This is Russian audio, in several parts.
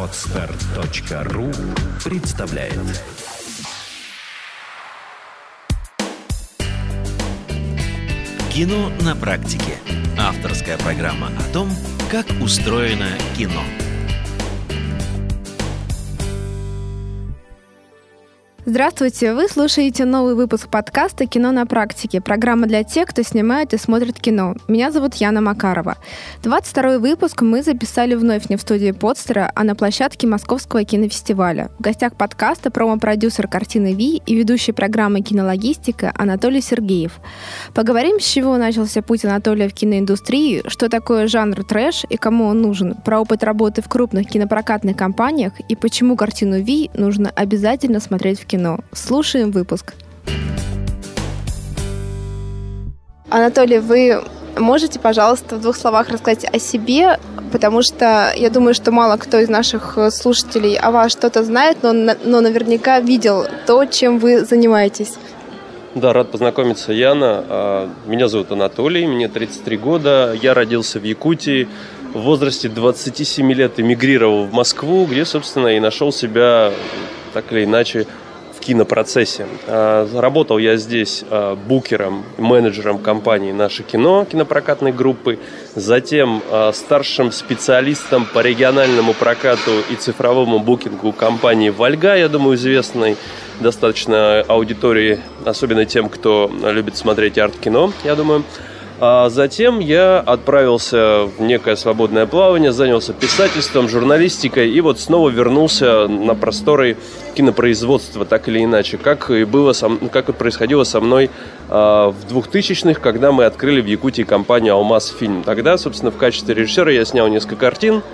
Podster.ru представляет. Кино на практике. Авторская программа о том, как устроено кино. Здравствуйте! Вы слушаете новый выпуск подкаста «Кино на практике». Программа для тех, кто снимает и смотрит кино. Меня зовут Яна Макарова. 22-й выпуск мы записали вновь не в студии Подстера, а на площадке Московского кинофестиваля. В гостях подкаста промо-продюсер картины «Ви» и ведущий программы «Кинологистика» Анатолий Сергеев. Поговорим, с чего начался путь Анатолия в киноиндустрии, что такое жанр трэш и кому он нужен, про опыт работы в крупных кинопрокатных компаниях и почему картину «Ви» нужно обязательно смотреть в кино. Слушаем выпуск. Анатолий, вы можете, пожалуйста, в 2 словах рассказать о себе, потому что я думаю, что мало кто из наших слушателей о вас что-то знает, но наверняка видел то, чем вы занимаетесь. Да, рад познакомиться, Яна. Меня зовут Анатолий, мне 33 года. Я родился в Якутии. В возрасте 27 лет эмигрировал в Москву, где, собственно, и нашел себя так или иначе в кинопроцессе. Работал я здесь букером, менеджером компании «Наше кино», кинопрокатной группы, затем старшим специалистом по региональному прокату и цифровому букингу компании «Вольга», я думаю, известной достаточно аудитории, особенно тем, кто любит смотреть арт-кино, я думаю. Затем я отправился в некое свободное плавание, занялся писательством, журналистикой и вот снова вернулся на просторы кинопроизводства, так или иначе, как и происходило со мной в 2000-х, когда мы открыли в Якутии компанию «Алмаз Фильм». Тогда, собственно, в качестве режиссера я снял несколько картин.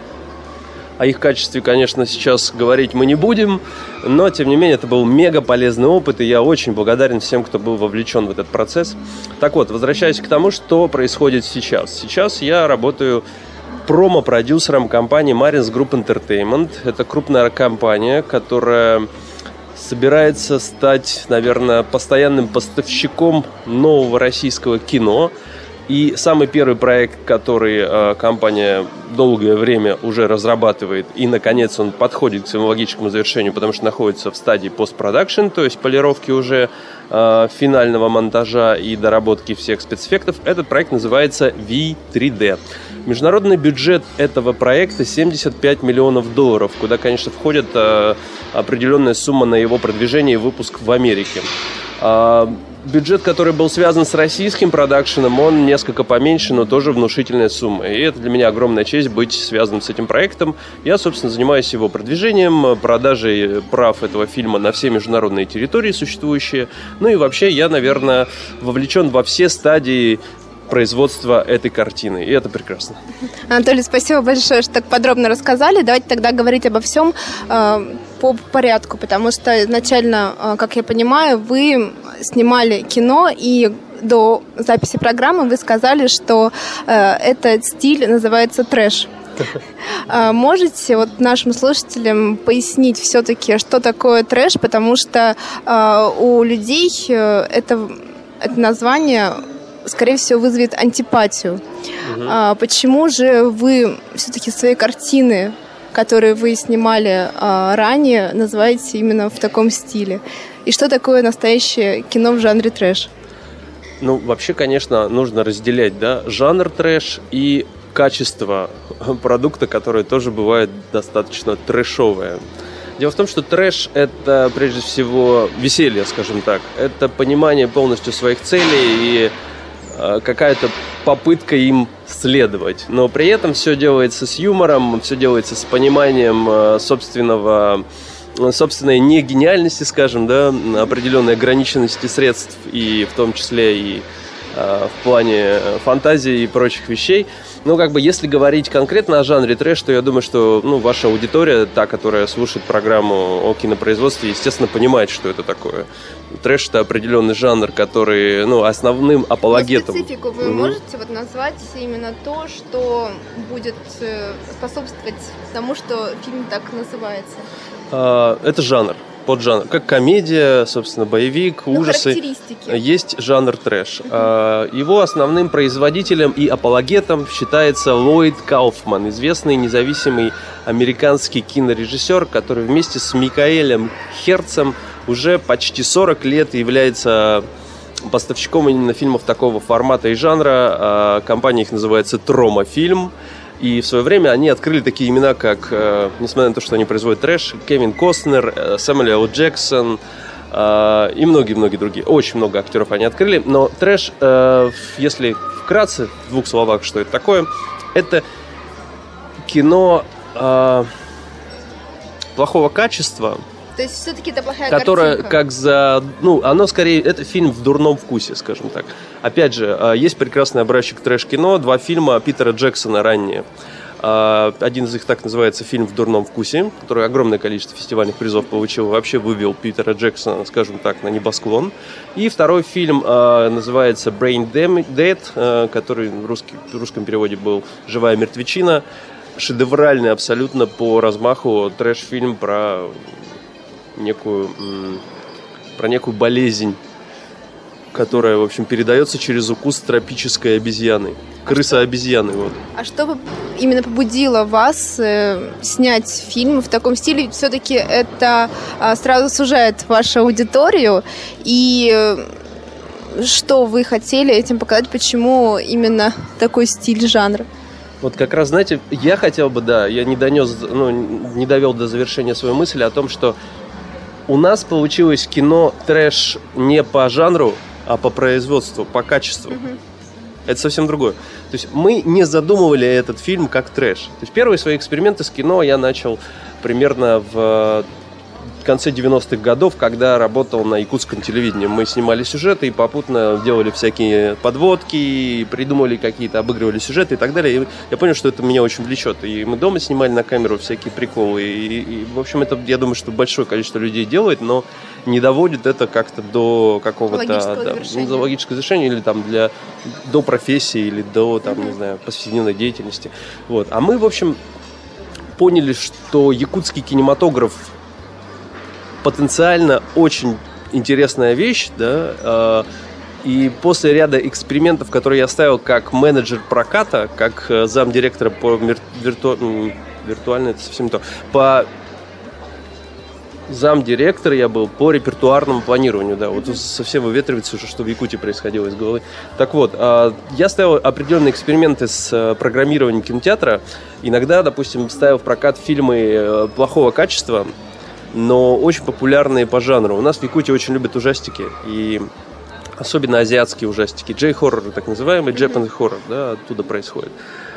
О их качестве, конечно, сейчас говорить мы не будем, но, тем не менее, это был мега полезный опыт, и я очень благодарен всем, кто был вовлечен в этот процесс. Так вот, возвращаясь к тому, что происходит сейчас. Сейчас я работаю промо-продюсером компании Marins Group Entertainment. Это крупная компания, которая собирается стать, наверное, постоянным поставщиком нового российского кино. И самый первый проект, который компания долгое время уже разрабатывает, и, наконец, он подходит к своему логическому завершению, потому что находится в стадии постпродакшн, то есть полировки уже финального монтажа и доработки всех спецэффектов. Этот проект называется «Ви 3D». Международный бюджет этого проекта $75 миллионов, куда, конечно, входит определенная сумма на его продвижение и выпуск в Америке. Бюджет, который был связан с российским продакшеном, он несколько поменьше, но тоже внушительная сумма. И это для меня огромная честь быть связанным с этим проектом. Я, собственно, занимаюсь его продвижением, продажей прав этого фильма на все международные территории существующие. Ну и вообще я, наверное, вовлечен во все стадии производства этой картины, и это прекрасно. Анатолий, спасибо большое, что так подробно рассказали. Давайте тогда говорить обо всем по порядку, потому что изначально, как я понимаю, вы снимали кино, и до записи программы вы сказали, что этот стиль называется трэш. Можете вот нашим слушателям пояснить все-таки, что такое трэш, потому что у людей это название, скорее всего, вызовет антипатию. Почему же вы все-таки свои картины, которые вы снимали ранее, называете именно в таком стиле? И что такое настоящее кино в жанре трэш? Ну, вообще, конечно, нужно разделять, да, жанр трэш и качество продукта, которое тоже бывает достаточно трэшовое. Дело в том, что трэш – это, прежде всего, веселье, скажем так. Это понимание полностью своих целей и какая-то попытка им следовать. Но при этом все делается с юмором, все делается с пониманием собственной негениальности, скажем, да, определенной ограниченности средств, и в том числе и в плане фантазии и прочих вещей. Ну, как бы, если говорить конкретно о жанре трэш, то я думаю, что ваша аудитория, та, которая слушает программу о кинопроизводстве, естественно, понимает, что это такое. Трэш – это определенный жанр, который, основным апологетом. Но специфику вы можете назвать именно то, что будет способствовать тому, что фильм так называется? Это жанр. поджанр. Как комедия, собственно, боевик, ужасы. Есть жанр трэш. Его основным производителем и апологетом считается Ллойд Кауфман, известный независимый американский кинорежиссер, который вместе с Микаэлем Херцем уже почти 40 лет является поставщиком именно фильмов такого формата и жанра. Компания их называется Трома Фильм. И в свое время они открыли такие имена, как, несмотря на то, что они производят трэш, Кевин Костнер, Сэмюэл Л. Джексон и многие-многие другие. Очень много актеров они открыли. Но трэш, если вкратце, в двух словах, что это такое, это кино плохого качества. То есть все-таки это плохая которая, картинка. оно скорее, это фильм в дурном вкусе, скажем так. Опять же, есть прекрасный образчик трэш-кино, 2 фильма Питера Джексона ранние. Один из них так называется «Фильм в дурном вкусе», который огромное количество фестивальных призов получил, вообще вывел Питера Джексона, скажем так, на небосклон. И второй фильм называется «Brain Dead», который в русском переводе был «Живая мертвечина». Шедевральный абсолютно по размаху трэш-фильм про некую болезнь, которая, в общем, передается через укус тропической обезьяны. Крыса-обезьяны. Вот. А что именно побудило вас снять фильм в таком стиле? Ведь все-таки это сразу сужает вашу аудиторию. И что вы хотели этим показать? Почему именно такой стиль жанра? Вот как раз, знаете, я хотел бы, я не довел до завершения свою мысль о том, что у нас получилось кино трэш не по жанру, а по производству, по качеству. Это совсем другое. То есть мы не задумывали этот фильм как трэш. То есть первые свои эксперименты с кино я начал примерно в конце 90-х годов, когда работал на якутском телевидении. Мы снимали сюжеты и попутно делали всякие подводки, придумывали какие-то, обыгрывали сюжеты и так далее. И я понял, что это меня очень влечет. И мы дома снимали на камеру всякие приколы. И в общем, это, я думаю, что большое количество людей делает, но не доводит это как-то до какого-то логического завершения или там до профессии или до не знаю, повседневной деятельности. Вот. А мы, в общем, поняли, что якутский кинематограф потенциально очень интересная вещь, и после ряда экспериментов, которые я ставил как менеджер проката, как замдиректора по виртуально, это совсем не то, по замдиректора я был по репертуарному планированию, вот совсем выветривается уже, что в Якутии происходило из головы. Так вот, я ставил определенные эксперименты с программированием кинотеатра, иногда, допустим, ставил в прокат фильмы плохого качества, но очень популярные по жанру. У нас в Якутии очень любят ужастики, и особенно азиатские ужастики. Джей-хоррор, так называемый, Japanese horror, оттуда происходит.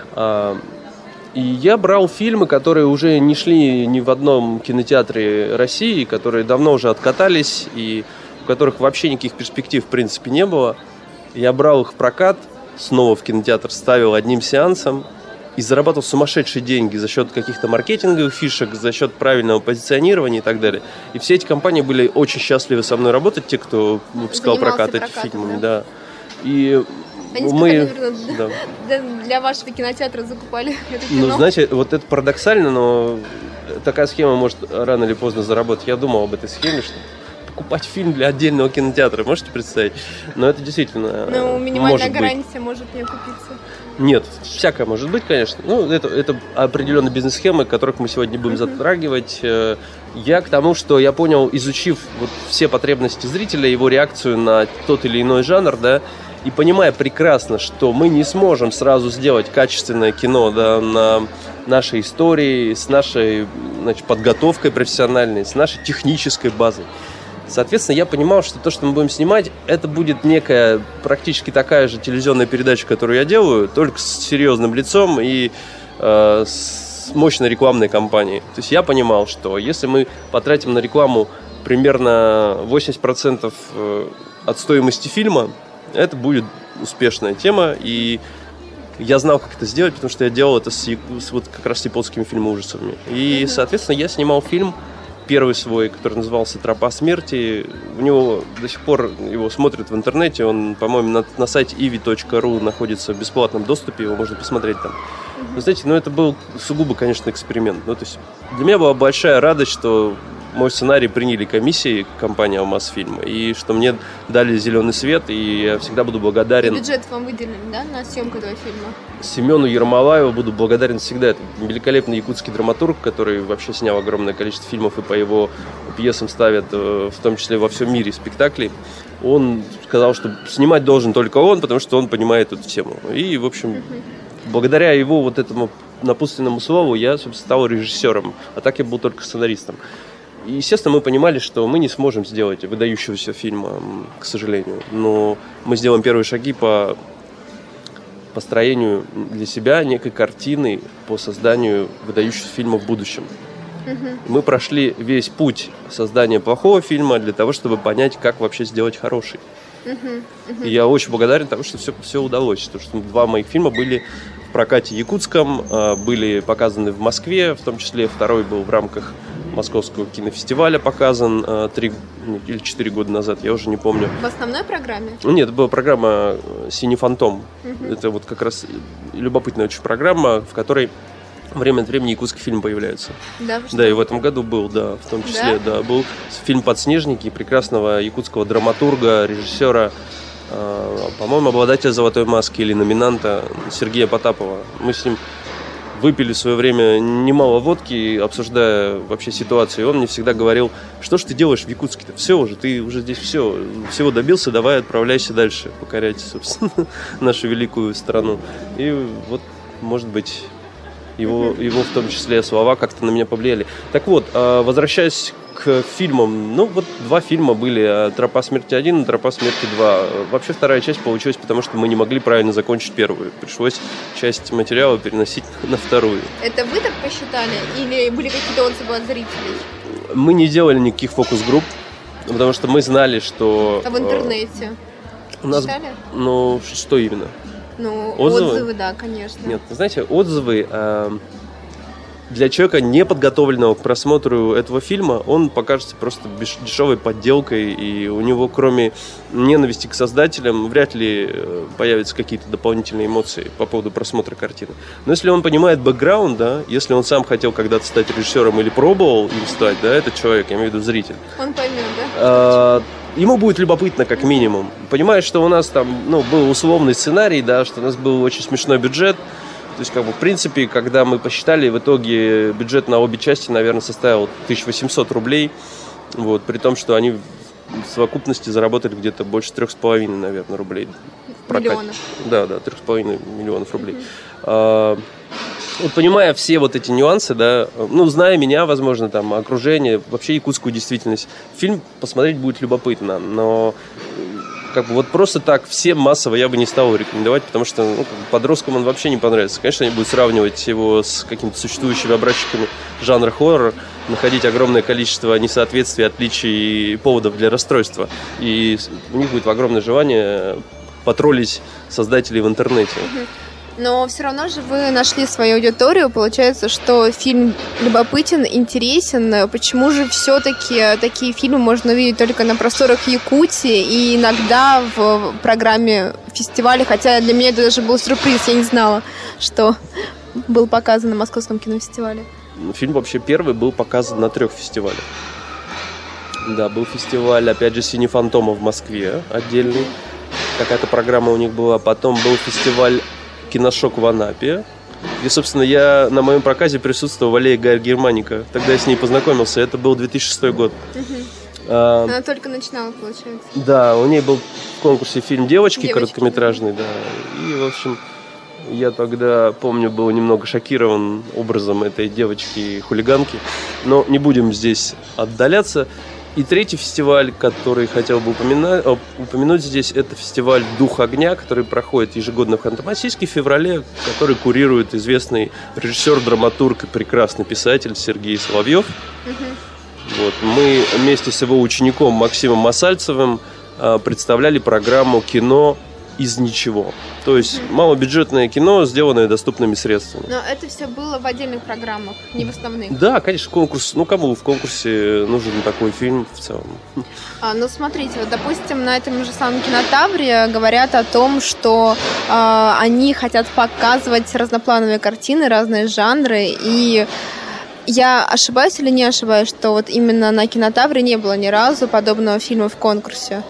И я брал фильмы, которые уже не шли ни в одном кинотеатре России, которые давно уже откатались, и у которых вообще никаких перспектив в принципе не было. Я брал их в прокат, снова в кинотеатр ставил одним сеансом, и зарабатывал сумасшедшие деньги за счет каких-то маркетинговых фишек, за счет правильного позиционирования и так далее. И все эти компании были очень счастливы со мной работать, те, кто выпускал прокат этих фильмов. Да. И они мы сказали, для вашего кинотеатра закупали это кино. Знаете, вот это парадоксально, но такая схема может рано или поздно заработать. Я думал об этой схеме, что покупать фильм для отдельного кинотеатра, можете представить? Но это действительно минимальная гарантия может не окупиться. Нет, всякое может быть, конечно. Это определенные бизнес-схемы, которых мы сегодня будем затрагивать. Я к тому, что я понял, изучив все потребности зрителя, его реакцию на тот или иной жанр, и понимая прекрасно, что мы не сможем сразу сделать качественное кино на нашей истории, с нашей подготовкой профессиональной, с нашей технической базой. Соответственно, я понимал, что то, что мы будем снимать, это будет некая практически такая же телевизионная передача, которую я делаю, только с серьезным лицом и с мощной рекламной кампанией. То есть я понимал, что если мы потратим на рекламу примерно 80% от стоимости фильма, это будет успешная тема, и я знал, как это сделать, потому что я делал это как раз с японскими фильмоужасами. И, соответственно, я снимал фильм первый свой, который назывался «Тропа смерти». У него до сих пор его смотрят в интернете. Он, по-моему, на сайте ivi.ru находится в бесплатном доступе. Его можно посмотреть там. Вы знаете, это был сугубо, конечно, эксперимент. То есть для меня была большая радость, что мой сценарий приняли комиссией компании «Алмаз-фильм», и что мне дали зеленый свет, и я всегда буду благодарен. И бюджет вам выделили, да, на съемку этого фильма? Семену Ермолаеву буду благодарен всегда. Это великолепный якутский драматург, который вообще снял огромное количество фильмов, и по его пьесам ставят, в том числе во всем мире, спектакли. Он сказал, что снимать должен только он, потому что он понимает эту тему. И, в общем, благодаря его вот этому напутственному слову я, собственно, стал режиссером, а так я был только сценаристом. И, естественно, мы понимали, что мы не сможем сделать выдающегося фильма, к сожалению. Но мы сделаем первые шаги по построению для себя некой картины по созданию выдающихся фильмов в будущем. Мы прошли весь путь создания плохого фильма для того, чтобы понять, как вообще сделать хороший. И я очень благодарен тому, что все удалось. Потому что 2 моих фильма были в прокате якутском, были показаны в Москве, в том числе 2-й был в рамках Московского кинофестиваля показан 3 или 4 года назад, я уже не помню. В основной программе? Нет, это была программа «Синий фантом». Это вот как раз любопытная очень программа, в которой время от времени якутский фильм появляется. Да, и в этом году был, да, в том числе, да, был фильм «Подснежники» прекрасного якутского драматурга, режиссера, по-моему, обладателя «Золотой маски» или номинанта Сергея Потапова. Мы с ним выпили в свое время немало водки, обсуждая вообще ситуацию. И он мне всегда говорил: что ж ты делаешь в Якутске-то? Все уже, ты уже здесь всего добился, давай отправляйся дальше, покорять, собственно, нашу великую страну. И вот, может быть, его в том числе слова как-то на меня повлияли. Так вот, возвращаясь к фильмам, ну вот 2 фильма были: «Тропа смерти 1» и «Тропа смерти 2». Вообще 2-я часть получилась, потому что мы не могли правильно закончить 1-ю. Пришлось часть материала переносить на 2-ю. Это вы так посчитали? Или были какие-то отзывы от зрителей? Мы не делали никаких фокус-групп, потому что мы знали, что... А в интернете? У нас... Читали? Ну, что именно? Ну, отзывы, да, конечно. Нет, знаете, отзывы для человека, не подготовленного к просмотру этого фильма, он покажется просто дешевой подделкой, и у него, кроме ненависти к создателям, вряд ли появятся какие-то дополнительные эмоции по поводу просмотра картины. Но если он понимает бэкграунд, да, если он сам хотел когда-то стать режиссером или пробовал им стать, да, этот человек, я имею в виду зритель. Он поймет, да? Ему будет любопытно, как минимум. Понимаешь, что у нас там, был условный сценарий, да, что у нас был очень смешной бюджет. То есть, в принципе, когда мы посчитали, в итоге бюджет на обе части, наверное, составил 1800 рублей. Вот, при том, что они в совокупности заработали где-то больше 3,5, наверное, рублей. Миллионов. Да, 3,5 миллионов рублей. Вот, понимая все вот эти нюансы, да, зная меня, возможно, там, окружение, вообще якутскую действительность, фильм посмотреть будет любопытно, но вот просто так всем массово я бы не стал его рекомендовать, потому что подросткам он вообще не понравится. Конечно, они будут сравнивать его с какими-то существующими образчиками жанра хоррор, находить огромное количество несоответствий, отличий и поводов для расстройства. И у них будет огромное желание потроллить создателей в интернете. Но все равно же вы нашли свою аудиторию. Получается, что фильм любопытен, интересен. Почему же все-таки такие фильмы можно увидеть только на просторах Якутии и иногда в программе фестиваля? Хотя для меня это даже был сюрприз. Я не знала, что был показан на Московском кинофестивале. Фильм вообще первый был показан на 3 фестивалях. Да, был фестиваль, опять же, «Синий фантом» в Москве отдельный. Какая-то программа у них была. Потом был фестиваль «Киношок» в Анапе, где, собственно, я на моем проказе присутствовал в аллее Гая Германика. Тогда я с ней познакомился. Это был 2006 год. Она только начинала, получается. Да, у нее был в конкурсе фильм «Девочки», короткометражный, да. И, в общем, я тогда, помню, был немного шокирован образом этой девочки-хулиганки. Но не будем здесь отдаляться. И 3-й фестиваль, который хотел бы упомянуть здесь, это фестиваль «Дух огня», который проходит ежегодно в Ханты-Мансийске в феврале, который курирует известный режиссер, драматург и прекрасный писатель Сергей Соловьев. Вот. Мы вместе с его учеником Максимом Масальцевым представляли программу «Кино из ничего». То есть малобюджетное кино, сделанное доступными средствами. Но это все было в отдельных программах, не в основных. Да, конечно, конкурс. Кому в конкурсе нужен такой фильм в целом? Смотрите, вот, допустим, на этом же самом Кинотавре говорят о том, что они хотят показывать разноплановые картины, разные жанры, и Я ошибаюсь или не ошибаюсь, что вот именно на Кинотавре не было ни разу подобного фильма в конкурсе?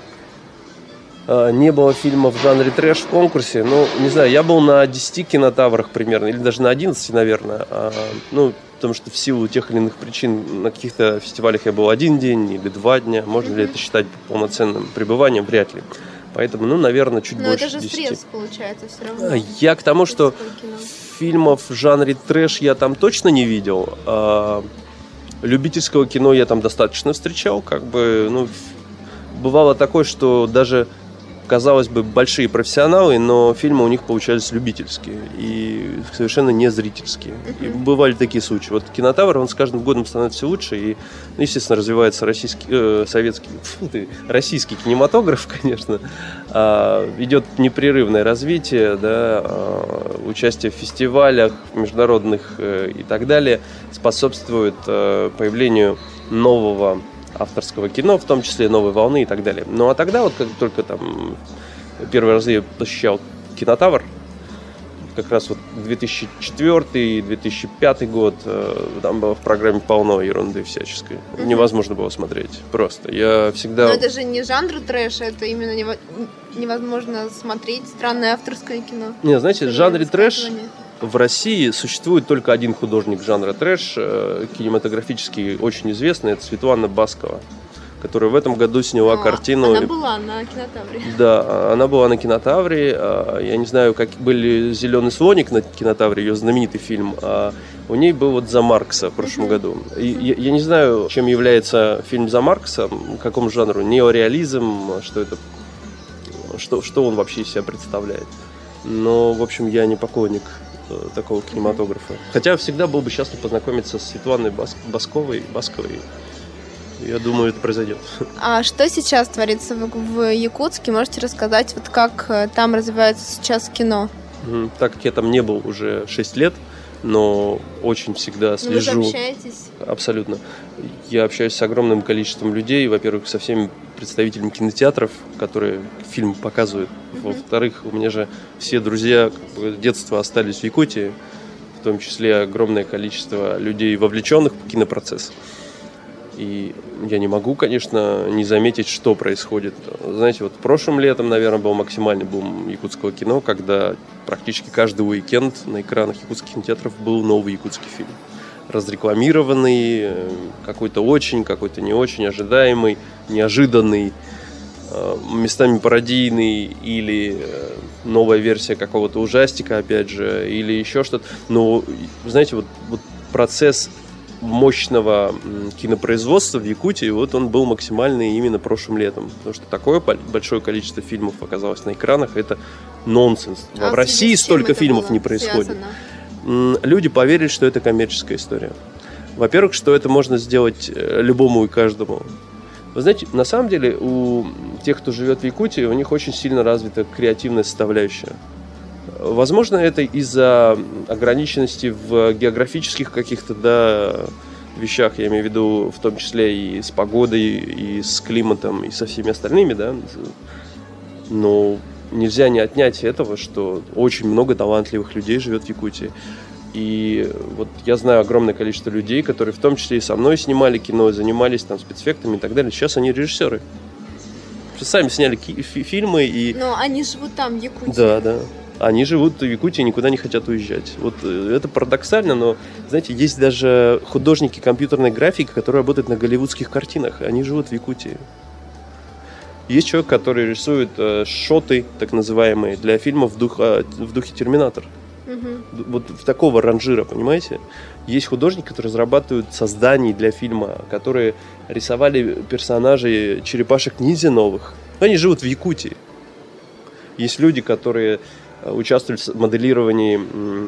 Не было фильма в жанре трэш в конкурсе. Ну, не знаю, я был на 10 кинотаврах примерно, или даже на 11, наверное. Ну, потому что в силу тех или иных причин на каких-то фестивалях я был 1 день или 2 дня. Можно ли это считать полноценным пребыванием? Вряд ли. Поэтому, ну, наверное, чуть больше 10. Но это же 10. Срез, получается, все равно. Я к тому, что фильмов в жанре трэш я там точно не видел. Любительского кино я там достаточно встречал. Как бы, ну, бывало такое, что даже, казалось бы, большие профессионалы, но фильмы у них получались любительские и совершенно не зрительские. И бывали такие случаи. Вот Кинотавр, он с каждым годом становится все лучше, и, ну, естественно, развивается российский кинематограф, конечно. Идет непрерывное развитие, да, участие в фестивалях международных и так далее способствует появлению нового авторского кино, в том числе новой волны и так далее. Ну а тогда, вот как только там первый раз я посещал Кинотавр, как раз вот 2004-2005 год, там было в программе полно ерунды всяческой. Невозможно было смотреть. Просто. Я всегда... Но это же не жанр трэша, это именно невозможно смотреть странное авторское кино. Не, знаете, в жанре трэш в России существует только один художник жанра трэш, кинематографический, очень известный, это Светлана Баскова, которая в этом году сняла картину. Она была на Кинотавре. Да, она была на Кинотавре. Я не знаю, как были «Зеленый слоник» на Кинотавре, ее знаменитый фильм. У ней был вот «За Маркса» в прошлом году. И я не знаю, чем является фильм «За Маркса», какому жанру, неореализм, что это, что он вообще из себя представляет. Но, в общем, я не поклонник такого кинематографа. Хотя всегда был бы счастлив познакомиться с Светланой Басковой. Я думаю, это произойдет. А что сейчас творится в Якутске? Можете рассказать, вот как там развивается сейчас кино? Так как я там не был уже 6 лет, но очень всегда слежу. Вы же общаетесь? Абсолютно. Я общаюсь с огромным количеством людей. Во-первых, со всеми представителями кинотеатров, которые фильм показывают. Во-вторых, у меня же все друзья детства остались в Якутии, в том числе огромное количество людей, вовлеченных в кинопроцесс. И я не могу, конечно, не заметить, что происходит. Знаете, вот прошлым летом, наверное, был максимальный бум якутского кино, когда практически каждый уикенд на экранах якутских кинотеатров был новый якутский фильм. Разрекламированный, какой-то очень, какой-то не очень, ожидаемый, неожиданный, местами пародийный или новая версия какого-то ужастика, опять же, или еще что-то. Но, знаете, вот процесс мощного кинопроизводства в Якутии, вот он был максимальный именно прошлым летом. Потому что такое большое количество фильмов оказалось на экранах, это нонсенс. В России столько фильмов не происходит. Люди поверили, что это коммерческая история. Во-первых, что это можно сделать любому и каждому. Вы знаете, на самом деле у тех, кто живет в Якутии, у них очень сильно развита креативная составляющая. Возможно, это из-за ограниченности в географических каких-то вещах, я имею в виду в том числе и с погодой, и с климатом, и со всеми остальными, да. Но нельзя не отнять этого, что очень много талантливых людей живет в Якутии. И вот я знаю огромное количество людей, которые в том числе и со мной снимали кино, занимались там спецэффектами и так далее. Сейчас они режиссеры. Сами сняли фильмы и... Но они живут там, в Якутии. Да. Они живут в Якутии и никуда не хотят уезжать. Вот это парадоксально, но, знаете, есть даже художники компьютерной графики, которые работают на голливудских картинах. Они живут в Якутии. Есть человек, который рисует шоты, так называемые, для фильмов в духе «Терминатор». Вот в такого ранжира, понимаете? Есть художники, которые разрабатывают создания для фильма, которые рисовали персонажей черепашек-ниндзя новых. Они живут в Якутии. Есть люди, которые участвовали в моделировании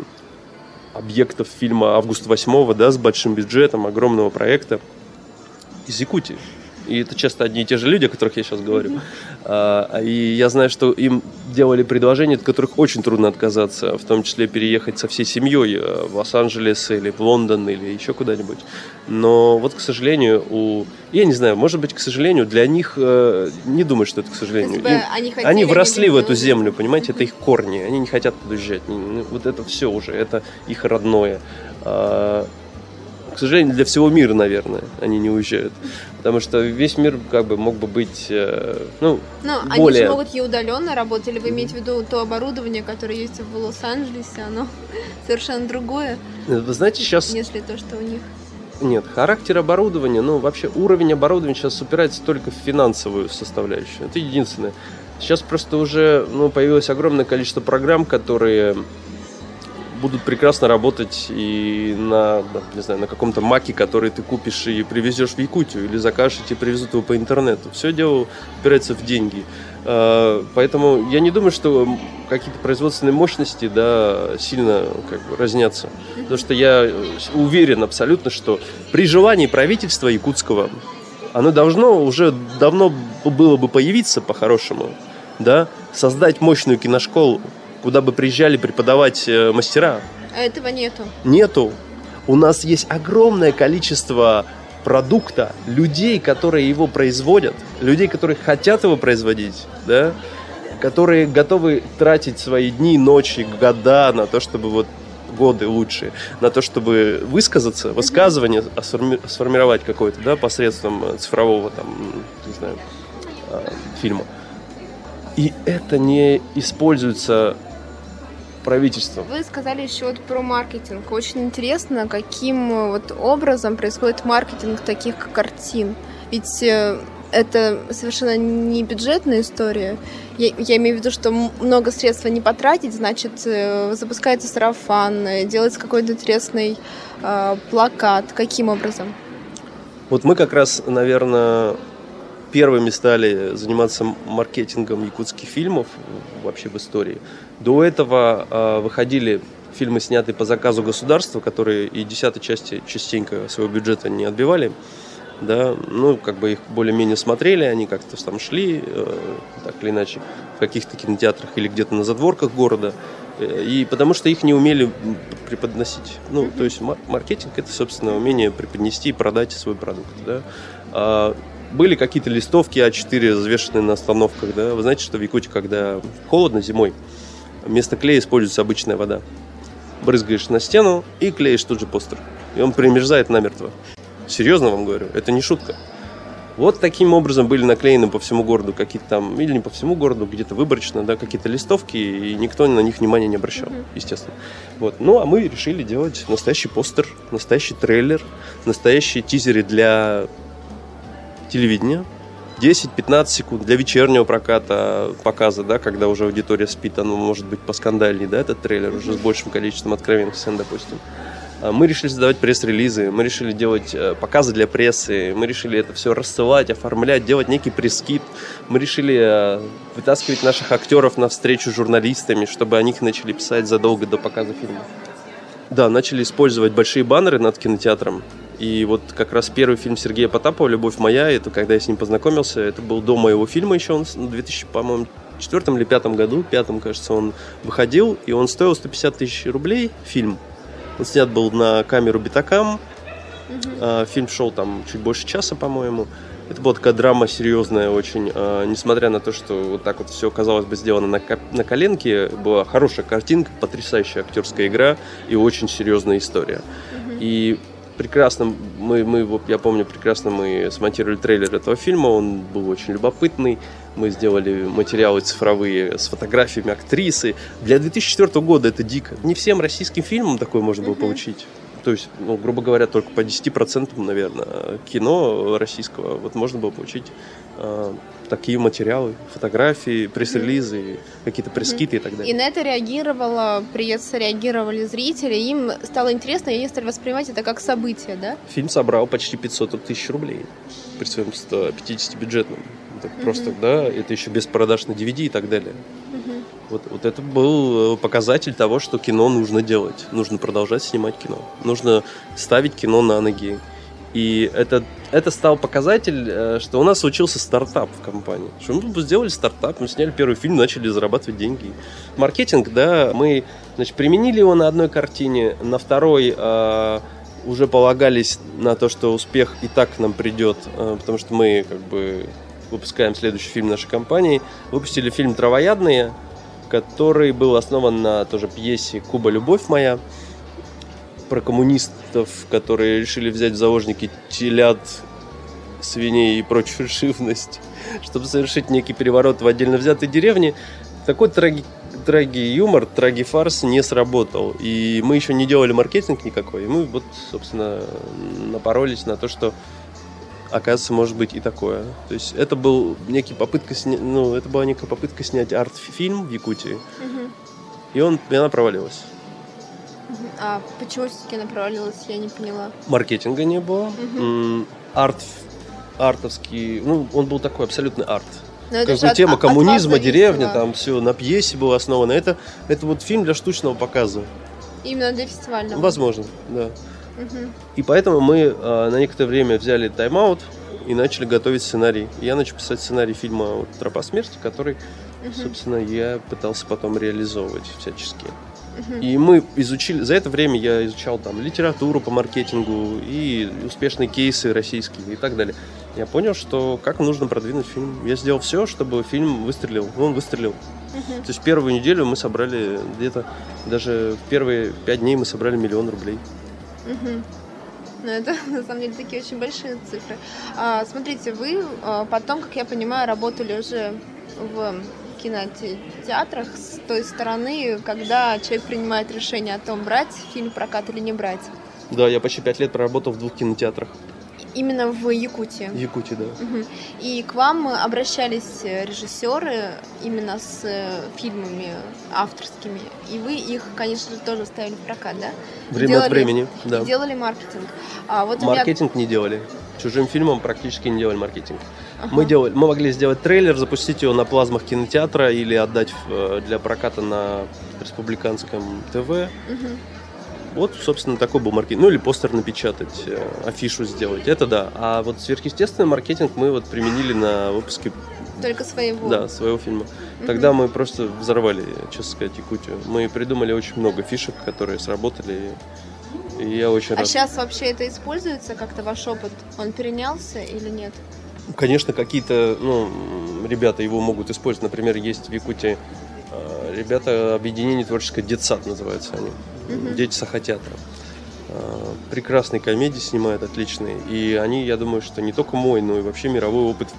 объектов фильма «Август 8», да, с большим бюджетом, огромного проекта из Якутии. И это часто одни и те же люди, о которых я сейчас говорю. И я знаю, что им делали предложения, от которых очень трудно отказаться, в том числе переехать со всей семьей в Лос-Анджелес или в Лондон или еще куда-нибудь. Но вот, к сожалению, я не знаю, может быть, к сожалению, для них, не думаю, что это к сожалению. Они вросли в эту землю, понимаете, это их корни, они не хотят уезжать. Вот это все уже, это их родное. К сожалению, для всего мира, наверное, они не уезжают. Потому что весь мир как бы мог бы быть, Но более... они же могут и удаленно работать, или вы имеете в виду то оборудование, которое есть в Лос-Анджелесе, оно совершенно другое, Вы знаете, сейчас... нежели то, что у них? Нет, характер оборудования, вообще уровень оборудования сейчас упирается только в финансовую составляющую. Это единственное. Сейчас просто уже появилось огромное количество программ, которые будут прекрасно работать и на каком-то маке, который ты купишь и привезешь в Якутию, или закажешь, и тебе привезут его по интернету. Все дело упирается в деньги. Поэтому я не думаю, что какие-то производственные мощности сильно разнятся. Потому что я уверен абсолютно, что при желании правительства якутского оно уже давно было бы появиться по-хорошему, создать мощную киношколу, куда бы приезжали преподавать мастера. А этого нету? Нету. У нас есть огромное количество продукта, людей, которые его производят, людей, которые хотят его производить, которые готовы тратить свои дни, ночи, года на то, чтобы годы лучшие, на то, чтобы высказывание сформировать какое-то, посредством цифрового фильма. И это не используется правительством. Вы сказали еще про маркетинг. Очень интересно, каким образом происходит маркетинг таких картин. Ведь это совершенно не бюджетная история. Я имею в виду, что много средств не потратить, значит, запускается сарафан, делается какой-то интересный плакат. Каким образом? Мы как раз, наверное, первыми стали заниматься маркетингом якутских фильмов вообще в истории. До этого выходили фильмы, снятые по заказу государства, которые и 10-й части частенько своего бюджета не отбивали. Их более-менее смотрели, они как-то там шли, так или иначе, в каких-то кинотеатрах или где-то на задворках города, и потому что их не умели преподносить. То есть маркетинг – это, собственно, умение преподнести и продать свой продукт, Были какие-то листовки А4, завешенные на остановках, Вы знаете, что в Якутии, когда холодно зимой, вместо клея используется обычная вода. Брызгаешь на стену и клеишь тут же постер. И он примерзает намертво. Серьезно вам говорю, это не шутка. Таким образом были наклеены по всему городу какие-то там, или не по всему городу, где-то выборочно, какие-то листовки, и никто на них внимания не обращал, естественно. А мы решили делать настоящий постер, настоящий трейлер, настоящие тизеры для телевидения. 10-15 секунд для вечернего показа, когда уже аудитория спит, оно может быть поскандальнее, этот трейлер уже с большим количеством откровенных сцен, допустим. Мы решили создавать пресс-релизы, мы решили делать показы для прессы, мы решили это все рассылать, оформлять, делать некий пресс-кит. Мы решили вытаскивать наших актеров на встречу с журналистами, чтобы о них начали писать задолго до показа фильма. Начали использовать большие баннеры над кинотеатром. И как раз первый фильм Сергея Потапова «Любовь моя», это когда я с ним познакомился, это был до моего фильма еще, он в 2004 или 2005 году, кажется, он выходил, и он стоил 150 тысяч рублей, фильм. Он снят был на камеру Betacam, фильм шел там чуть больше часа, по-моему. Это была такая драма серьезная очень, несмотря на то, что так все, казалось бы, сделано на коленке, была хорошая картинка, потрясающая актерская игра и очень серьезная история. И прекрасно, я помню, прекрасно мы смонтировали трейлер этого фильма, он был очень любопытный, мы сделали материалы цифровые с фотографиями актрисы. Для 2004 года это дико. Не всем российским фильмам такое можно было получить. То есть, грубо говоря, только по 10%, наверное, кино российского можно было получить такие материалы, фотографии, пресс-релизы, какие-то пресс-киты и так далее. И на это реагировала пресса, реагировали зрители, им стало интересно, и они стали воспринимать это как событие, да? Фильм собрал почти 500 тысяч рублей при своем 150-бюджетном. Это просто, это еще без продаж на DVD и так далее. Вот это был показатель того, что кино нужно делать. Нужно продолжать снимать кино. Нужно ставить кино на ноги. И это стал показатель, что у нас случился стартап в компании. Что мы сделали стартап, мы сняли первый фильм, начали зарабатывать деньги. Маркетинг, мы применили его на одной картине, на второй уже полагались на то, что успех и так к нам придет, потому что мы выпускаем следующий фильм нашей компании. Выпустили фильм «Травоядные», который был основан на тоже пьесе «Куба. Любовь моя». про коммунистов, которые решили взять в заложники телят, свиней и прочую живность, чтобы совершить некий переворот в отдельно взятой деревне. Такой траги-юмор, траги-фарс не сработал. И мы еще не делали маркетинг никакой. И мы вот, собственно, напоролись на то, что, оказывается, может быть и такое. То есть это была некая попытка снять арт-фильм в Якутии. И она провалилась. А почему все-таки она провалилась, я не поняла. Маркетинга не было. Артовский, он был такой абсолютный арт. Как тема коммунизма, деревня, там все на пьесе было основано. Это вот фильм для штучного показа. Именно для фестивального? Возможно, да. И поэтому мы на некоторое время взяли тайм-аут и начали готовить сценарий. Я начал писать сценарий фильма «Тропа смерти», который, собственно, я пытался потом реализовывать всячески. И мы изучили, за это время я изучал там литературу по маркетингу и успешные кейсы российские и так далее. Я понял, что как нужно продвинуть фильм. Я сделал все, чтобы фильм выстрелил. Он выстрелил. То есть первую неделю мы собрали где-то, даже в первые 5 дней мы собрали 1 000 000 рублей. Ну, это, на самом деле, такие очень большие цифры. Смотрите, вы потом, как я понимаю, работали уже в кинотеатрах с той стороны, когда человек принимает решение о том, брать фильм в прокат или не брать. Да, я почти 5 лет проработал в 2 кинотеатрах. Именно в Якутии? В Якутии, да. И к вам обращались режиссеры именно с фильмами авторскими, и вы их, конечно же, тоже ставили в прокат, да? Время от времени, да. Делали маркетинг. Маркетинг не делали. Чужим фильмам практически не делали маркетинг. Мы могли сделать трейлер, запустить его на плазмах кинотеатра или отдать для проката на республиканском ТВ. Вот, собственно, такой был маркетинг. Ну, или постер напечатать, афишу сделать. Это да. А вот сверхъестественный маркетинг мы вот применили на выпуске... Только своего? Да, своего фильма. Тогда мы просто взорвали, честно сказать, Якутию. Мы придумали очень много фишек, которые сработали. И я очень рад. А сейчас вообще это используется как-то, ваш опыт? Он перенялся или нет? Конечно, какие-то ребята его могут использовать. Например, есть в Якутии ребята, объединение творческое «Детсад» называются они. Дети Сахатеатра. Прекрасные комедии снимают, отличные. И они, я думаю, что не только мой, но и вообще мировой опыт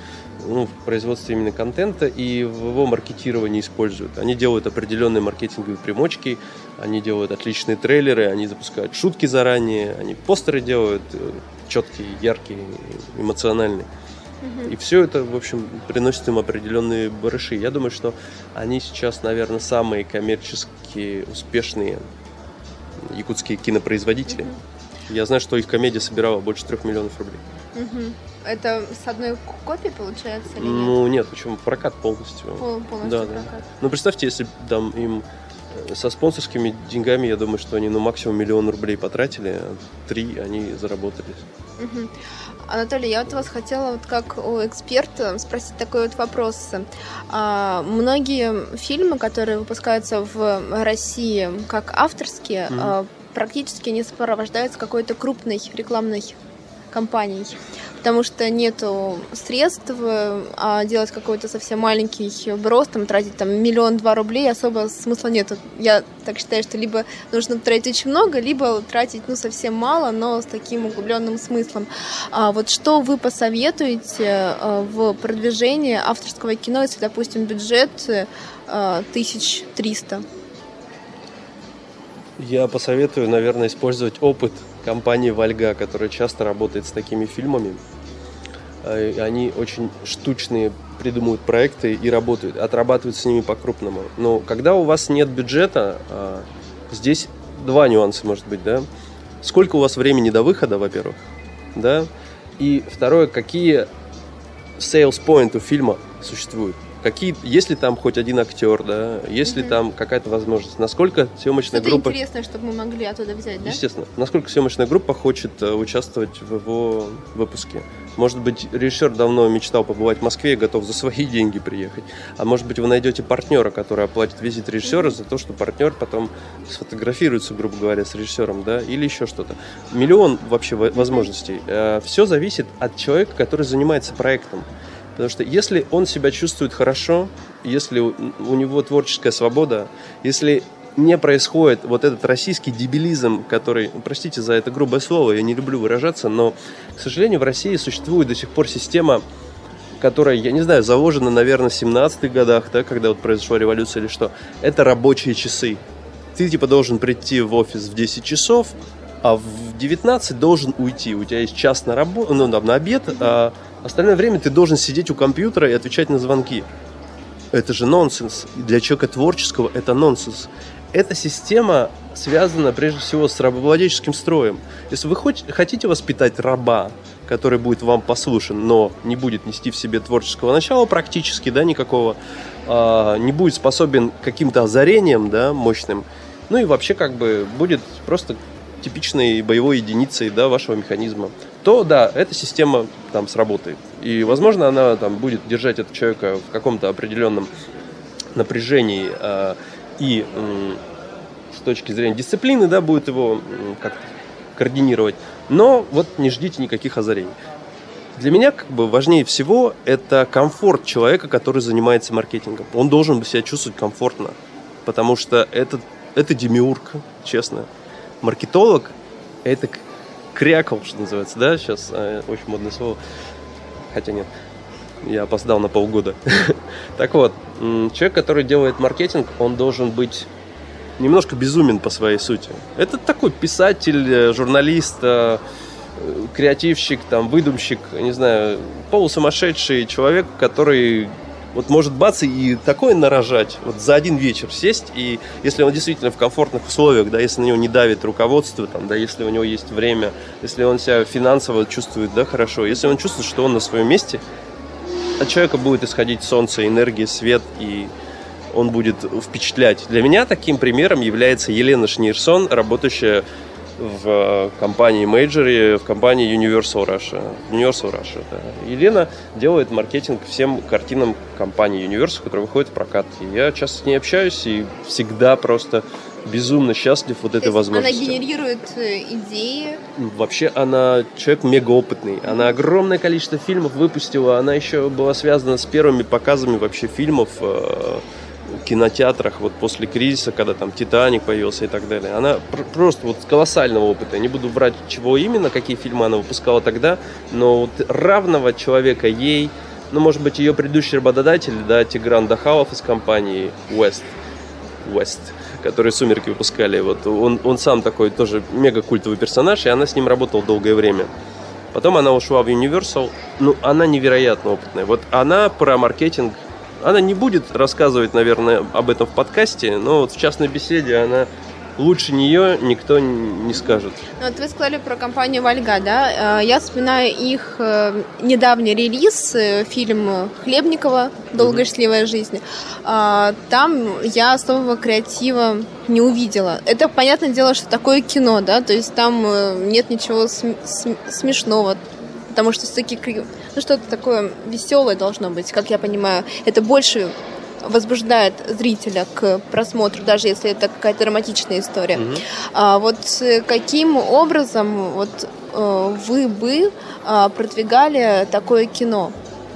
в производстве именно контента и в его маркетировании используют. Они делают определенные маркетинговые примочки, они делают отличные трейлеры, они запускают шутки заранее, они постеры делают четкие, яркие, эмоциональные. И все это, в общем, приносит им определенные барыши. Я думаю, что они сейчас, наверное, самые коммерчески успешные якутские кинопроизводители. Я знаю, что их комедия собирала больше 3 миллионов рублей. Это с одной копии получается или нет? Ну нет, почему? Прокат полностью. Полностью да, прокат. Да. Ну представьте, если там им со спонсорскими деньгами, я думаю, что они максимум 1 000 000 рублей потратили, а 3 они заработали. Анатолий, я вот вас хотела как у эксперта спросить такой вот вопрос. Многие фильмы, которые выпускаются в России как авторские, практически не сопровождаются какой-то крупной рекламной кампанией, потому что нету средств, а делать какой-то совсем маленький брос, тратить 1 200 000 рублей особо смысла нету. Я так считаю, что либо нужно тратить очень много, либо тратить совсем мало, но с таким углубленным смыслом. Вот что вы посоветуете в продвижении авторского кино, если, допустим, бюджет 1300? Я посоветую, наверное, использовать опыт компании «Вольга», которая часто работает с такими фильмами. Они очень штучные, придумывают проекты и работают, отрабатывают с ними по-крупному. Но когда у вас нет бюджета, здесь 2 нюанса, может быть, да? Сколько у вас времени до выхода, во-первых, да? И второе, какие sales point у фильма существуют? Есть ли там хоть один актер, да? Есть ли там какая-то возможность? Насколько съемочная группа... Что-то интересное, чтобы мы могли оттуда взять, да? Естественно. Насколько съемочная группа хочет участвовать в его выпуске? Может быть, режиссер давно мечтал побывать в Москве и готов за свои деньги приехать. А может быть, вы найдете партнера, который оплатит визит режиссера за то, что партнер потом сфотографируется, грубо говоря, с режиссером, да? Или еще что-то. Миллион вообще возможностей. Все зависит от человека, который занимается проектом. Потому что если он себя чувствует хорошо, если у него творческая свобода, если не происходит вот этот российский дебилизм, который, простите за это грубое слово, я не люблю выражаться, но, к сожалению, в России существует до сих пор система, которая, я не знаю, заложена, наверное, в 17-х годах, да, когда вот произошла революция или что, это рабочие часы. Ты типа должен прийти в офис в 10 часов, а в 19 должен уйти. У тебя есть час на работу, на обед, а остальное время ты должен сидеть у компьютера и отвечать на звонки. Это же нонсенс. Для человека творческого это нонсенс. Эта система связана прежде всего с рабовладельческим строем. Если вы хотите воспитать раба, который будет вам послушен, но не будет нести в себе творческого начала практически, да, никакого, не будет способен к каким-то озарениям, да, мощным, ну и вообще как бы будет просто типичной боевой единицей, да, вашего механизма, то да, эта система там сработает. И, возможно, она там будет держать этого человека в каком-то определенном напряжении и с точки зрения дисциплины, да, будет его как-то координировать. Но вот не ждите никаких озарений. Для меня как бы важнее всего это комфорт человека, который занимается маркетингом. Он должен себя чувствовать комфортно, потому что это демиург, честно. Маркетолог – это крякол, что называется, да, сейчас очень модное слово, хотя нет, я опоздал на полгода. Так вот, человек, который делает маркетинг, он должен быть немножко безумен по своей сути. Это такой писатель, журналист, креативщик, там, выдумщик, не знаю, полусумасшедший человек, который вот может бац и такое нарожать, вот за один вечер сесть, и если он действительно в комфортных условиях, да, если на него не давит руководство, там, да, если у него есть время, если он себя финансово чувствует, да, хорошо, если он чувствует, что он на своем месте, от человека будет исходить солнце, энергия, свет, и он будет впечатлять. Для меня таким примером является Елена Шнейрсон, работающая в компании Major, в компании Universal Russia. Да. Елена делает маркетинг всем картинам компании Universal, которые выходят в прокат. И я часто с ней общаюсь и всегда просто безумно счастлив вот этой возможности. Она генерирует идеи. Вообще она человек мегаопытный. Она огромное количество фильмов выпустила. Она еще была связана с первыми показами вообще фильмов в кинотеатрах вот после кризиса, когда там «Титаник» появился и так далее. Она просто вот колоссального опыта. Я не буду брать, чего именно, какие фильмы она выпускала тогда, но вот равного человека ей, ну, может быть, ее предыдущий работодатель, да, Тигран Дахалов из компании West, которые «Сумерки» выпускали. Вот он сам такой тоже мега культовый персонаж, и она с ним работала долгое время. Потом она ушла в Universal. Ну, она невероятно опытная. Вот она про маркетинг, она не будет рассказывать, наверное, об этом в подкасте, но вот в частной беседе она лучше нее никто не скажет. Вот вы сказали про компанию «Вольга», да? Я вспоминаю их недавний релиз, фильм Хлебникова «Долгая счастливая жизнь». Там я особого креатива не увидела. Это, понятное дело, что такое кино, да? То есть там нет ничего смешного, потому что все-таки что-то такое веселое должно быть, как я понимаю. Это больше возбуждает зрителя к просмотру, даже если это какая-то драматичная история. Вот каким образом вот, вы бы продвигали такое кино?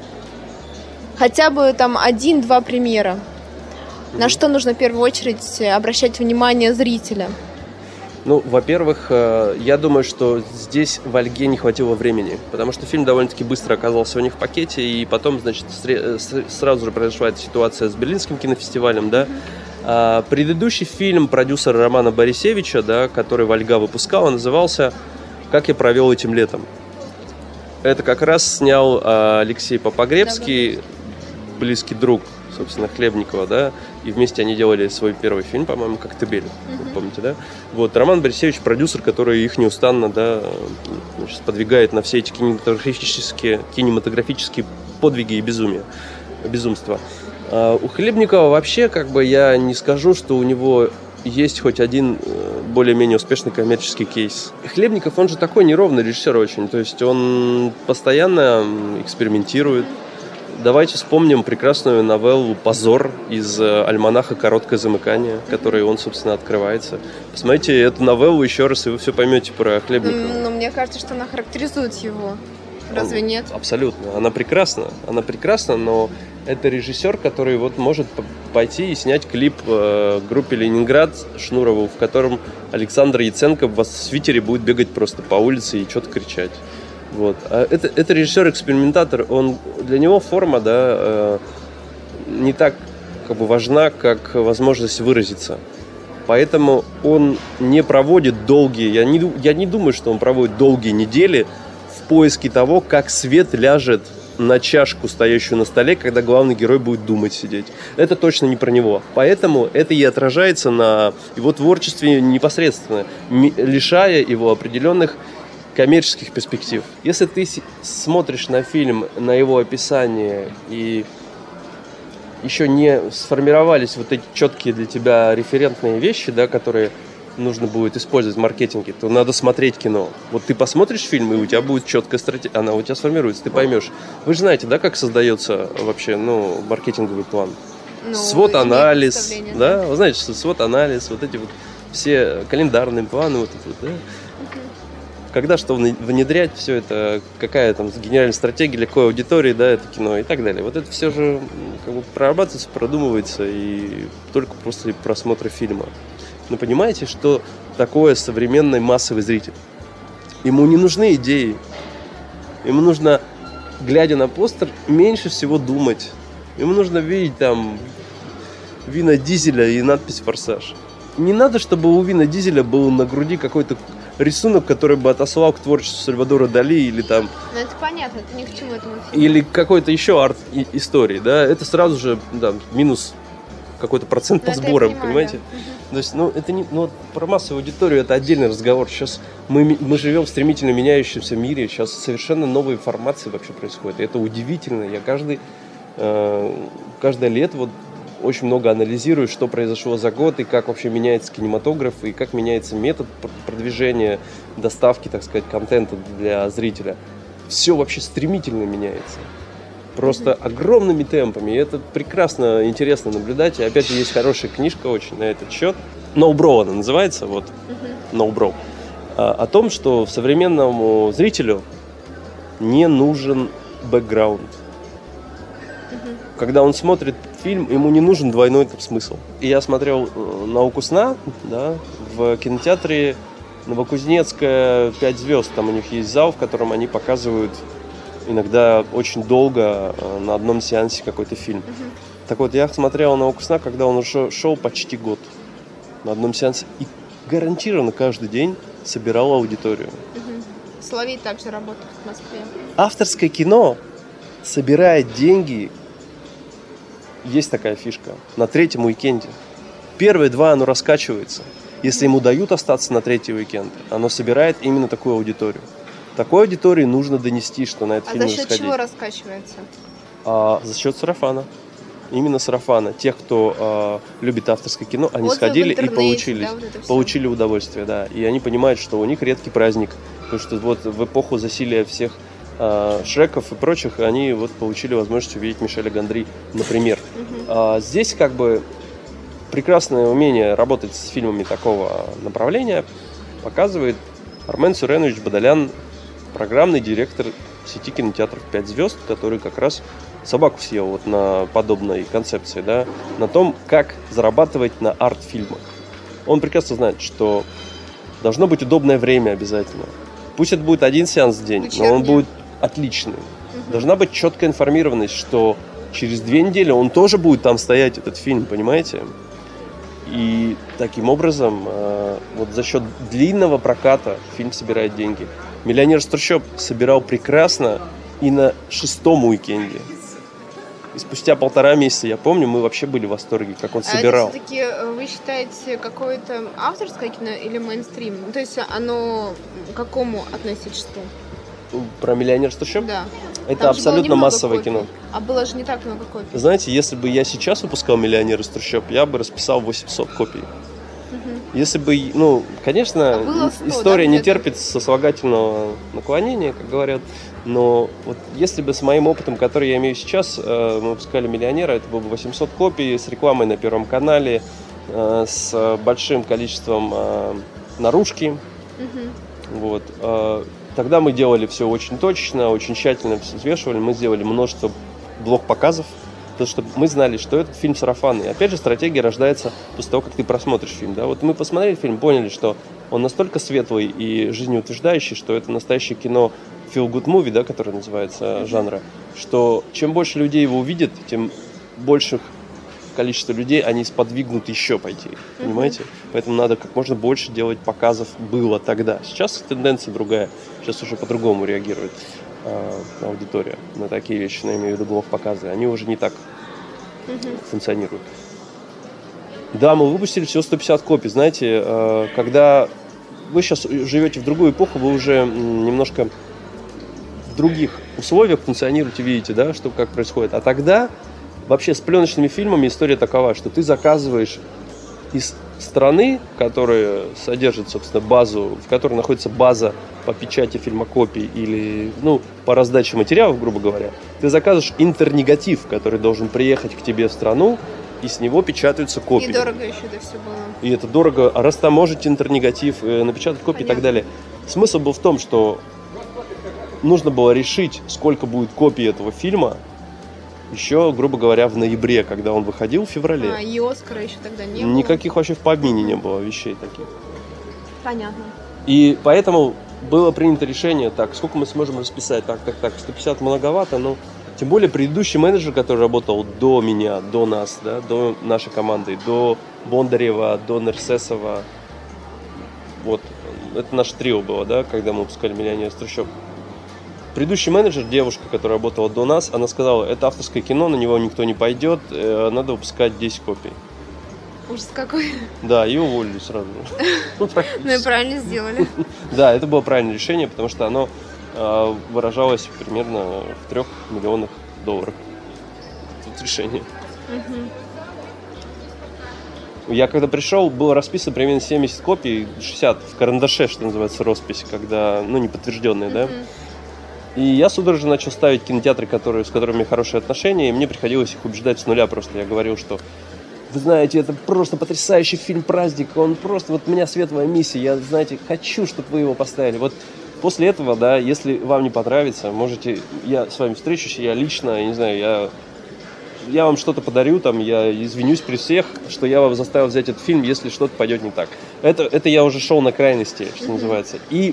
Хотя бы там 1-2 примера. На что нужно в первую очередь обращать внимание зрителя? Ну, во-первых, я думаю, что здесь Вольге не хватило времени, потому что фильм довольно-таки быстро оказался у них в пакете, и потом, значит, сразу же произошла эта ситуация с Берлинским кинофестивалем, да. Предыдущий фильм продюсера Романа Борисевича, да, который Вольга выпускала, назывался «Как я провел этим летом». Это как раз снял Алексей Попогребский, близкий друг, собственно, Хлебникова, да, и вместе они делали свой первый фильм, по-моему, «Коктебель», вы помните, да? Вот, Роман Борисевич, продюсер, который их неустанно, да, значит, подвигает на все эти кинематографические подвиги и безумства. У Хлебникова вообще, как бы, я не скажу, что у него есть хоть один более-менее успешный коммерческий кейс. Хлебников, он же такой неровный режиссер очень, то есть он постоянно экспериментирует. Давайте вспомним прекрасную новеллу «Позор» из альманаха «Короткое замыкание», которой он, собственно, открывается. Посмотрите эту новеллу еще раз, и вы все поймете про Хлебникова. Но мне кажется, что она характеризует его. Разве нет? Абсолютно. Она прекрасна, но Это режиссер, который вот может пойти и снять клип группе «Ленинград» Шнурову, в котором Александр Яценко в свитере будет бегать просто по улице и что-то кричать. Вот. Это режиссер-экспериментатор, для него форма, да, не так как бы важна, как возможность выразиться. Поэтому он не проводит долгие, я не думаю, что он проводит долгие недели в поиске того, как свет ляжет на чашку, стоящую на столе, когда главный герой будет думать сидеть. Это точно не про него. Поэтому это и отражается на его творчестве непосредственно, лишая его определенных коммерческих перспектив. Если ты смотришь на фильм, на его описание, и еще не сформировались вот эти четкие для тебя референтные вещи, да, которые нужно будет использовать в маркетинге, то надо смотреть кино. Вот ты посмотришь фильм, и у тебя будет четкая стратегия, она у тебя сформируется, ты поймешь. Вы же знаете, да, как создается вообще, маркетинговый план? Свод-анализ, да? Вы знаете, что свод-анализ, вот эти вот все календарные планы, вот это вот, да? Когда что внедрять, все это, какая там генеральная стратегия, для какой аудитории, да, это кино и так далее. Вот это все же как бы прорабатывается, продумывается и только после просмотра фильма. Но понимаете, что такое современный массовый зритель? Ему не нужны идеи. Ему нужно, глядя на постер, меньше всего думать. Ему нужно видеть там Вина Дизеля и надпись «Форсаж». Не надо, чтобы у Вина Дизеля был на груди какой-то рисунок, который бы отослал к творчеству Сальвадора Дали или там... Ну, это понятно, это ни к чему этому фильму. Или какой-то еще арт-истории, да, это сразу же, да, минус какой-то процент по сборам, понимаете? Да. То есть, это не... про массовую аудиторию это отдельный разговор. Сейчас мы живем в стремительно меняющемся мире, сейчас совершенно новые формации вообще происходят. И это удивительно. Я каждое лето вот очень много анализирую, что произошло за год, и как вообще меняется кинематограф, и как меняется метод продвижения, доставки, так сказать, контента для зрителя. Все вообще стремительно меняется. Просто огромными темпами. И это прекрасно, интересно наблюдать. И опять же, есть хорошая книжка очень на этот счет. No Bro она называется, вот. No Bro. О том, что современному зрителю не нужен бэкграунд. Когда он смотрит фильм, ему не нужен двойной смысл. И я смотрел «Науку сна», да, в кинотеатре Новокузнецкая, 5 звезд. Там у них есть зал, в котором они показывают иногда очень долго на одном сеансе какой-то фильм. Так вот, я смотрел «Науку сна», когда он уже шел почти год на одном сеансе. И гарантированно каждый день собирал аудиторию. Соловей также работает в Москве. Авторское кино собирает деньги. Есть такая фишка. На 3-м уикенде. Первые 2 оно раскачивается. Если ему дают остаться на 3-й уикенд, оно собирает именно такую аудиторию. Такой аудитории нужно донести, что на этот фильм не сходить. А за счет чего раскачивается? За счет сарафана. Именно сарафана. Тех, кто любит авторское кино, они сходили и получили удовольствие. Да. И они понимают, что у них редкий праздник. Потому что вот в эпоху засилия всех Шреков и прочих, они вот получили возможность увидеть Мишеля Гондри, например. Здесь как бы прекрасное умение работать с фильмами такого направления показывает Армен Суренович Бадалян, программный директор сети кинотеатров 5 звезд, который как раз собаку съел вот на подобной концепции, да, на том, как зарабатывать на арт-фильмах. Он прекрасно знает, что должно быть удобное время обязательно. Пусть это будет 1 сеанс в день, но он будет отличный. Должна быть четкая информированность, что через 2 недели он тоже будет там стоять, этот фильм, понимаете? И таким образом, вот за счет длинного проката фильм собирает деньги. «Миллионер с трущоб» собирал прекрасно и на 6-м уикенде. И спустя 1,5 месяца, я помню, мы вообще были в восторге, как он собирал. Это все-таки вы считаете какое-то авторское кино или мейнстрим? То есть оно к какому относится? Про «Миллионер с трущоб»? Да. Это там абсолютно массовое кино. А было же не так много копий. Знаете, если бы я сейчас выпускал «Миллионер из трущоб», я бы расписал 800 копий. Если бы, конечно, 100, история да, не терпит сослагательного наклонения, как говорят, но вот если бы с моим опытом, который я имею сейчас, мы выпускали «Миллионера», это было бы 800 копий с рекламой на Первом канале, с большим количеством наружки. Вот. Тогда мы делали все очень точно, очень тщательно взвешивали. Мы сделали множество блок-показов то, чтобы мы знали, что этот фильм сарафанный. Опять же, стратегия рождается после того, как ты просмотришь фильм. Да? Вот мы посмотрели фильм, поняли, что он настолько светлый и жизнеутверждающий, что это настоящее кино feel good movie, да, которое называется жанра, что чем больше людей его увидят, тем больших количество людей, они сподвигнут еще пойти, понимаете? Поэтому надо как можно больше делать показов было тогда. Сейчас тенденция другая, сейчас уже по-другому реагирует аудитория на такие вещи, я имею в виду блог-показы. Они уже не так функционируют. Да, мы выпустили всего 150 копий. Знаете, когда вы сейчас живете в другую эпоху, вы уже немножко в других условиях функционируете, видите, да, что как происходит. А тогда вообще с пленочными фильмами история такова, что ты заказываешь из страны, которая содержит, собственно, базу, в которой находится база по печати фильмокопий или, по раздаче материалов, грубо говоря, ты заказываешь интернегатив, который должен приехать к тебе в страну, и с него печатаются копии. И дорого еще это все было. И это дорого, растаможить интернегатив, напечатать копии и так далее. Смысл был в том, что нужно было решить, сколько будет копий этого фильма, еще, грубо говоря, в ноябре, когда он выходил, в феврале. И Оскара еще тогда не было. Никаких вообще в помине не было вещей таких. Понятно. И поэтому было принято решение, так, сколько мы сможем расписать, так, 150 многовато, но тем более предыдущий менеджер, который работал до меня, до нас, да, до нашей команды, до Бондарева, до Нерсесова, вот, это наше трио было, да, когда мы выпускали «Миллионер из трущоб». Предыдущий менеджер, девушка, которая работала до нас, она сказала, это авторское кино, на него никто не пойдет, надо выпускать 10 копий. Ужас какой. Да, и уволили сразу. Ну и правильно сделали. Да, это было правильное решение, потому что оно выражалось примерно в $3 миллионах. Тут решение. Я когда пришел, было расписано примерно 70 копий, 60 в карандаше, что называется, роспись, когда, неподтвержденные, да. И я судорожно начал ставить кинотеатры, с которыми у меня хорошие отношения, и мне приходилось их убеждать с нуля просто. Я говорил, что вы знаете, это просто потрясающий фильм «Праздник», он просто, вот у меня светлая миссия, я, знаете, хочу, чтобы вы его поставили. Вот после этого, да, если вам не понравится, можете, я с вами встречусь, я лично, я не знаю, я вам что-то подарю, там, я извинюсь при всех, что я вас заставил взять этот фильм, если что-то пойдет не так. Это я уже шел на крайности, что называется. И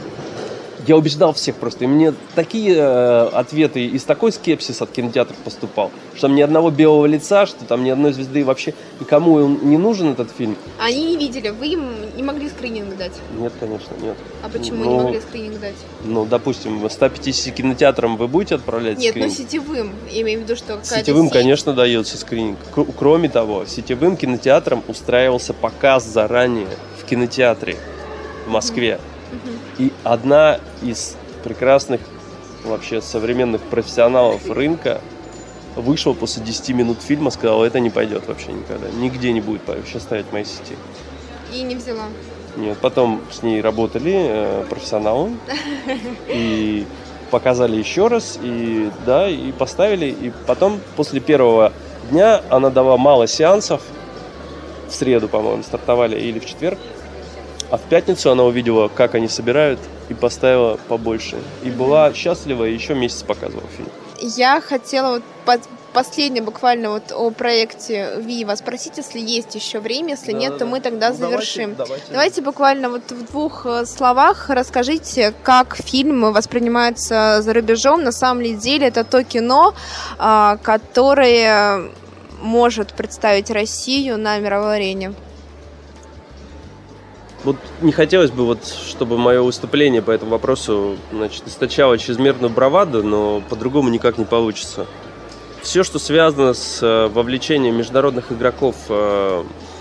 я убеждал всех просто. И мне такие ответы и с такой скепсис от кинотеатров поступал, что там ни одного белого лица, что там ни одной звезды вообще никому он не нужен этот фильм. Они не видели, вы им не могли скрининг дать? Нет, конечно, нет. А почему не могли скрининг дать? Допустим, 150 кинотеатрам вы будете отправлять скрининг? Нет, сетевым. Я имею в виду, что какая-то сетевым, сеть. Конечно, дается скрининг. Кроме того, сетевым кинотеатрам устраивался показ заранее в кинотеатре в Москве. И одна из прекрасных вообще современных профессионалов рынка вышла после 10 минут фильма, сказала, это не пойдет вообще никогда, нигде не будет вообще ставить в моей сети. И не взяла? Нет, потом с ней работали профессионалы и показали еще раз, и поставили, и потом после первого дня она дала мало сеансов, в среду, по-моему, стартовали, или в четверг. А в пятницу она увидела, как они собирают, и поставила побольше. И была счастлива, и еще месяц показывала фильм. Я хотела последнее буквально о проекте Вива спросить, если есть еще время, если нет, то мы тогда завершим. Давайте буквально в 2 словах расскажите, как фильм воспринимается за рубежом. На самом ли деле это то кино, которое может представить Россию на мировой арене. Вот не хотелось бы, чтобы мое выступление по этому вопросу, источало чрезмерную браваду, но по-другому никак не получится. Все, что связано с вовлечением международных игроков в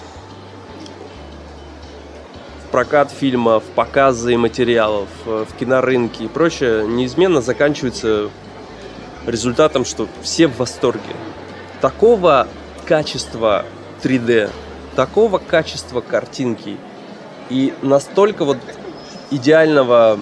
прокат фильма, в показы материалов, в кинорынке и прочее, неизменно заканчивается результатом, что все в восторге. Такого качества 3D, такого качества картинки и настолько идеального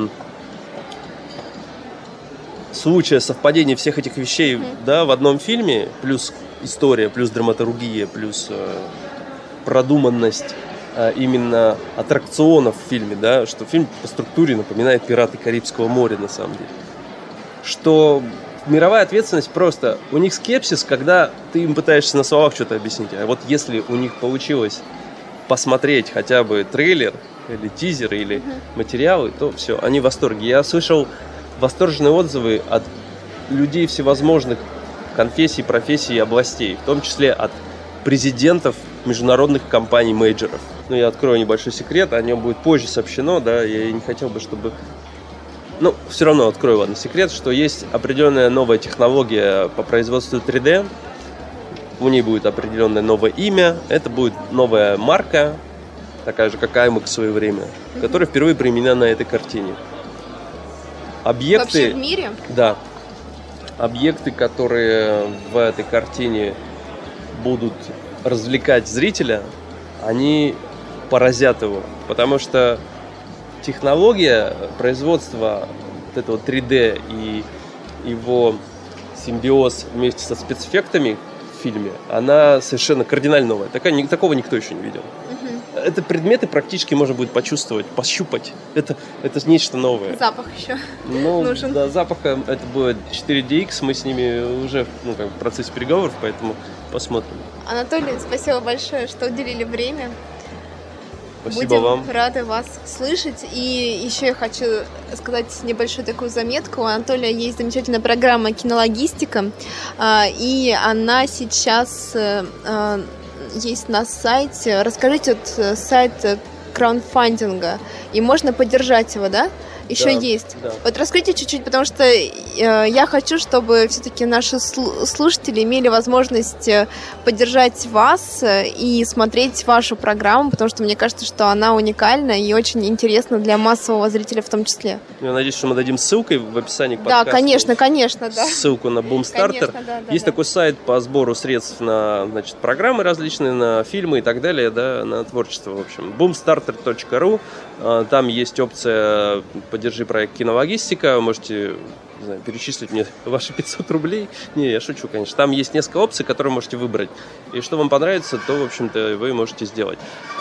случая совпадения всех этих вещей в одном фильме, плюс история, плюс драматургия, плюс продуманность именно аттракционов в фильме, что фильм по структуре напоминает «Пираты Карибского моря» на самом деле. Что мировая ответственность просто. У них скепсис, когда ты им пытаешься на словах что-то объяснить. А вот если у них получилось посмотреть хотя бы трейлер, или тизер, или материалы, то все, они в восторге. Я слышал восторженные отзывы от людей всевозможных конфессий, профессий и областей, в том числе от президентов международных компаний-мейджеров. Ну, я открою небольшой секрет, о нем будет позже сообщено, да, я не хотел бы, чтобы... Ну, все равно открою, ладно, секрет, что есть определенная новая технология по производству 3D, у ней будет определенное новое имя, это будет новая марка, такая же, как IMAX в свое время, которая впервые применена на этой картине. Объекты... Вообще в мире? Да. Объекты, которые в этой картине будут развлекать зрителя, они поразят его. Потому что технология производства вот этого 3D и его симбиоз вместе со спецэффектами в фильме, она совершенно кардинально новая. Такого никто еще не видел. Это предметы практически можно будет почувствовать, пощупать. Это нечто новое. Запах еще нужен. Да, запаха это будет 4DX. Мы с ними уже в процессе переговоров, поэтому посмотрим. Анатолий, спасибо большое, что уделили время. Спасибо Будем вам. рады вас слышать. И еще я хочу сказать небольшую такую заметку. У Анатолия есть замечательная программа «Кинологистика», и она сейчас есть на сайте. Расскажите, сайт краундфандинга, и можно поддержать его, да? Еще да, есть. Да. Вот раскройте чуть-чуть, потому что я хочу, чтобы все-таки наши слушатели имели возможность поддержать вас и смотреть вашу программу, потому что мне кажется, что она уникальна и очень интересна для массового зрителя в том числе. Я надеюсь, что мы дадим ссылкой в описании к подкасту. Да, конечно, да. Ссылку на Boomstarter. Есть такой сайт по сбору средств на, программы различные, на фильмы и так далее, да, на творчество, в общем. Boomstarter.ru. Там есть опция «Поддержи проект «Кинологистика». Можете, не знаю, перечислить мне ваши 500 рублей. Не, я шучу, конечно. Там есть несколько опций, которые можете выбрать. И что вам понравится, то, в общем-то, вы можете сделать.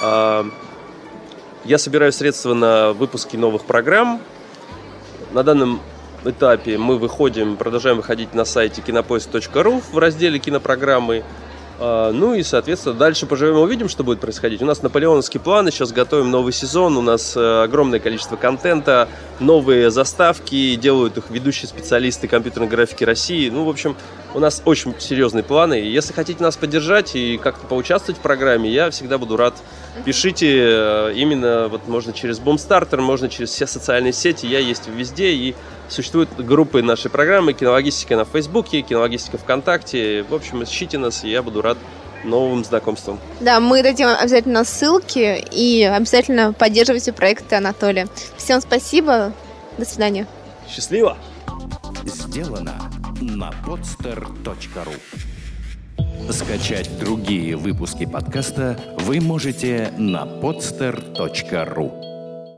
Я собираю средства на выпуски новых программ. На данном этапе мы продолжаем выходить на сайте кинопоиск.ру в разделе «Кинопрограммы». Ну и, соответственно, дальше поживем и увидим, что будет происходить. У нас наполеоновские планы, сейчас готовим новый сезон, у нас огромное количество контента, новые заставки, делают их ведущие специалисты компьютерной графики России. Ну, в общем, у нас очень серьезные планы. И если хотите нас поддержать и как-то поучаствовать в программе, я всегда буду рад. Пишите, именно вот можно через Boomstarter, можно через все социальные сети, я есть везде, и существуют группы нашей программы «Кинологистика» на Фейсбуке, «Кинологистика» ВКонтакте. В общем, ищите нас, и я буду рад новым знакомствам. Да, мы дадим обязательно ссылки, и обязательно поддерживайте проекты Анатолия. Всем спасибо, до свидания. Счастливо! Сделано на podster.ru. Скачать другие выпуски подкаста вы можете на podster.ru.